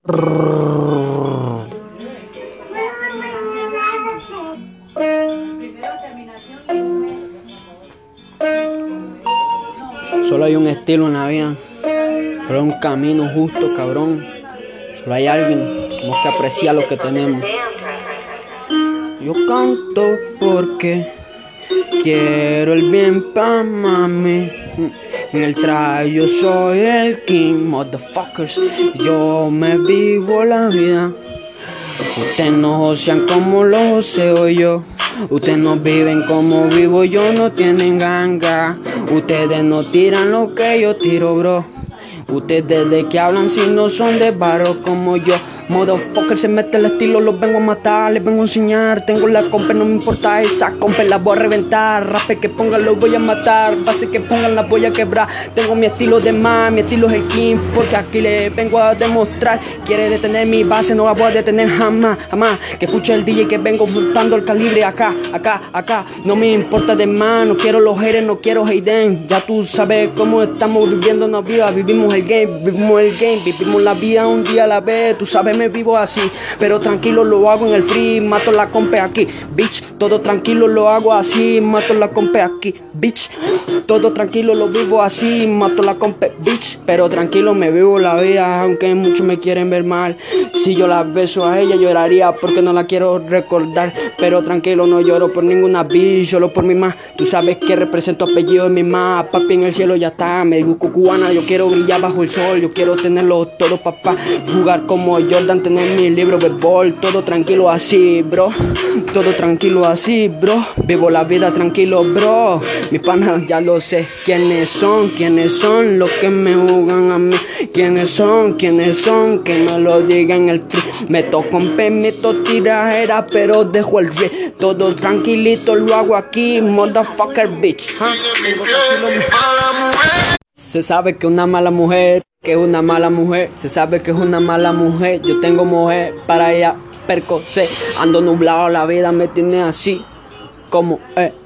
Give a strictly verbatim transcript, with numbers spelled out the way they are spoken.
Solo hay un estilo en la vida, solo hay un camino justo, cabrón. Solo hay alguien, tenemos que apreciar lo que tenemos. Yo canto porque quiero el bien pa' mami. En el trap yo soy el king, motherfuckers. Yo me vivo la vida. Ustedes no josean como lo joseo yo. Ustedes no viven como vivo yo, no tienen ganga. Ustedes no tiran lo que yo tiro, bro. Ustedes de qué hablan si no son de barro como yo. Motherfucker se mete el estilo, los vengo a matar, les vengo a enseñar. Tengo la compa, no me importa esa compa, la voy a reventar. Rape que pongan, los voy a matar. Base que pongan, la voy a quebrar. Tengo mi estilo de más, mi estilo es el king. Porque aquí les vengo a demostrar. Quiere detener mi base, no la voy a detener jamás, jamás. Que escuche el D J que vengo soltando el calibre acá, acá, acá. No me importa de más, no quiero los haters, no quiero Hayden. Ya tú sabes cómo estamos viviendo una vida. Vivimos el game, vivimos el game, vivimos la vida un día a la vez. Tú sabes, me vivo así, pero tranquilo lo hago en el free. Mato la compa aquí, bitch. Todo tranquilo lo hago así, mato la compa aquí, bitch. Todo tranquilo lo vivo así, mato la compa, bitch. Pero tranquilo me vivo la vida, aunque muchos me quieren ver mal. Si yo la beso a ella lloraría porque no la quiero recordar. Pero tranquilo no lloro por ninguna bitch, solo por mi ma. Tú sabes que represento apellido de mi ma. Papi en el cielo ya está, me busco cubana. Yo quiero brillar bajo el sol, yo quiero tenerlo todo, papá. Jugar como Jordan, tener mi libro de ball. Todo tranquilo así, bro. Todo tranquilo así, bro. Vivo la vida tranquilo, bro. Mis panas ya lo sé. ¿Quiénes son? ¿Quiénes son los que me jugan a mí? ¿Quiénes son? ¿Quiénes son? Que me lo digan el free. Meto con P, meto tirajera, pero dejo el rey. Todo tranquilito lo hago aquí, motherfucker bitch. ¿Ah? Se sabe que una mala mujer, que es una mala mujer. Se sabe que es una mala mujer. Yo tengo mujer para ella, percocé. Ando nublado, la vida me tiene así como, eh.